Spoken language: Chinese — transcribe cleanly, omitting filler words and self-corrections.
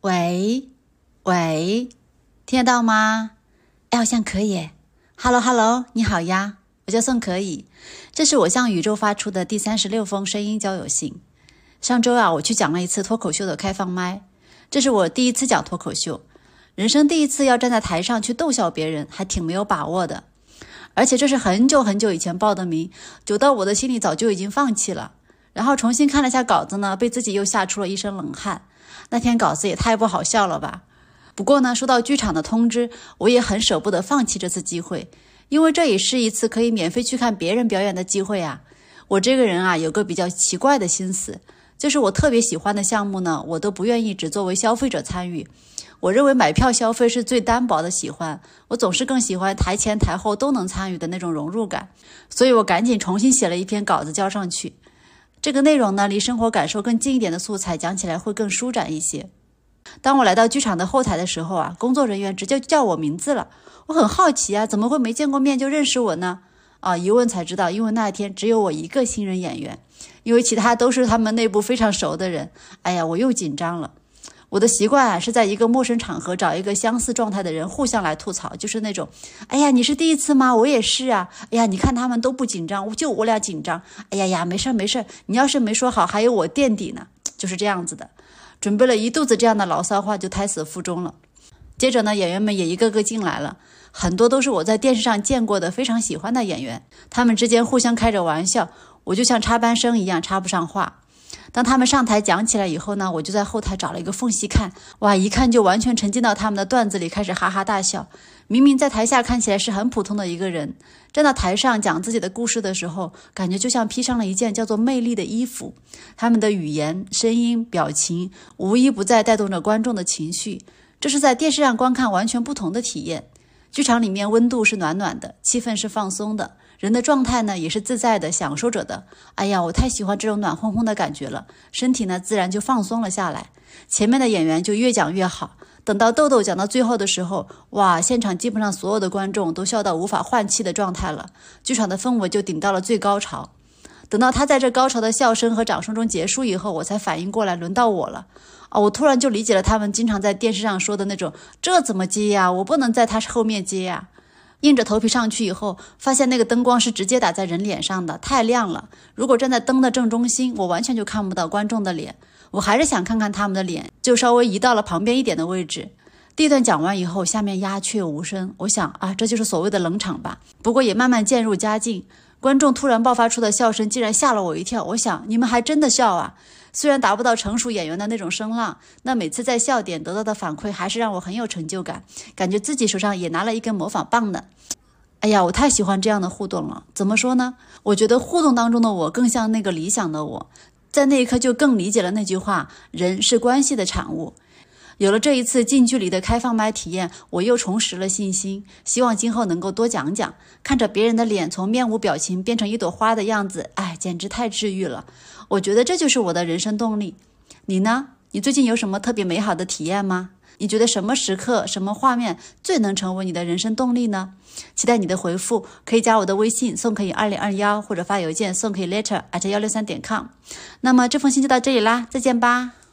喂，喂，听得到吗？哎，好像可以。Hello， 你好呀，我叫宋可以。这是我向宇宙发出的第36封声音交友信。上周我去讲了一次脱口秀的开放麦，这是我第一次讲脱口秀，人生第一次要站在台上去逗笑别人，还挺没有把握的。而且这是很久很久以前报的名，久到我的心里早就已经放弃了。然后重新看了下稿子呢，被自己又吓出了一身冷汗。那天稿子也太不好笑了吧。不过呢，收到剧场的通知，我也很舍不得放弃这次机会，因为这也是一次可以免费去看别人表演的机会啊。我这个人有个比较奇怪的心思，就是我特别喜欢的项目呢，我都不愿意只作为消费者参与。我认为买票消费是最单薄的喜欢，我总是更喜欢台前台后都能参与的那种融入感，所以我赶紧重新写了一篇稿子交上去。这个内容呢，离生活感受更近一点的素材，讲起来会更舒展一些。当我来到剧场的后台的时候工作人员直接叫我名字了，我很好奇怎么会没见过面就认识我呢？一问才知道，因为那天只有我一个新人演员，因为其他都是他们内部非常熟的人。我又紧张了。我的习惯是在一个陌生场合找一个相似状态的人互相来吐槽，就是那种你是第一次吗？我也是啊。你看他们都不紧张，就我俩紧张。没事，你要是没说好还有我垫底呢。就是这样子的，准备了一肚子这样的牢骚话，就胎死腹中了。接着呢，演员们也一个个进来了，很多都是我在电视上见过的非常喜欢的演员，他们之间互相开着玩笑，我就像插班生一样插不上话。当他们上台讲起来以后呢，我就在后台找了一个缝隙看，一看就完全沉浸到他们的段子里，开始哈哈大笑。明明在台下看起来是很普通的一个人，站到台上讲自己的故事的时候，感觉就像披上了一件叫做魅力的衣服。他们的语言、声音、表情无一不在带动着观众的情绪，这是在电视上观看完全不同的体验。剧场里面温度是暖暖的，气氛是放松的，人的状态呢也是自在的，享受着的。我太喜欢这种暖烘烘的感觉了，身体呢自然就放松了下来。前面的演员就越讲越好，等到豆豆讲到最后的时候，现场基本上所有的观众都笑到无法换气的状态了，剧场的氛围就顶到了最高潮。等到他在这高潮的笑声和掌声中结束以后，我才反应过来轮到我了。我突然就理解了他们经常在电视上说的那种，这怎么接呀？我不能在他后面接呀。硬着头皮上去以后，发现那个灯光是直接打在人脸上的，太亮了。如果站在灯的正中心，我完全就看不到观众的脸。我还是想看看他们的脸，就稍微移到了旁边一点的位置。第一段讲完以后，下面鸦雀无声。我想这就是所谓的冷场吧。不过也慢慢渐入佳境，观众突然爆发出的笑声竟然吓了我一跳。我想你们还真的笑啊。虽然达不到成熟演员的那种声浪，那每次在笑点得到的反馈还是让我很有成就感，感觉自己手上也拿了一根模仿棒呢。我太喜欢这样的互动了。怎么说呢？我觉得互动当中的我更像那个理想的我，在那一刻就更理解了那句话，人是关系的产物。有了这一次近距离的开放麦体验，我又重拾了信心，希望今后能够多讲讲。看着别人的脸从面无表情变成一朵花的样子，简直太治愈了。我觉得这就是我的人生动力。你呢？你最近有什么特别美好的体验吗？你觉得什么时刻、什么画面最能成为你的人生动力呢？期待你的回复，可以加我的微信宋可以2021，或者发邮件宋可以 letter@163.com。那么这封信就到这里啦，再见吧。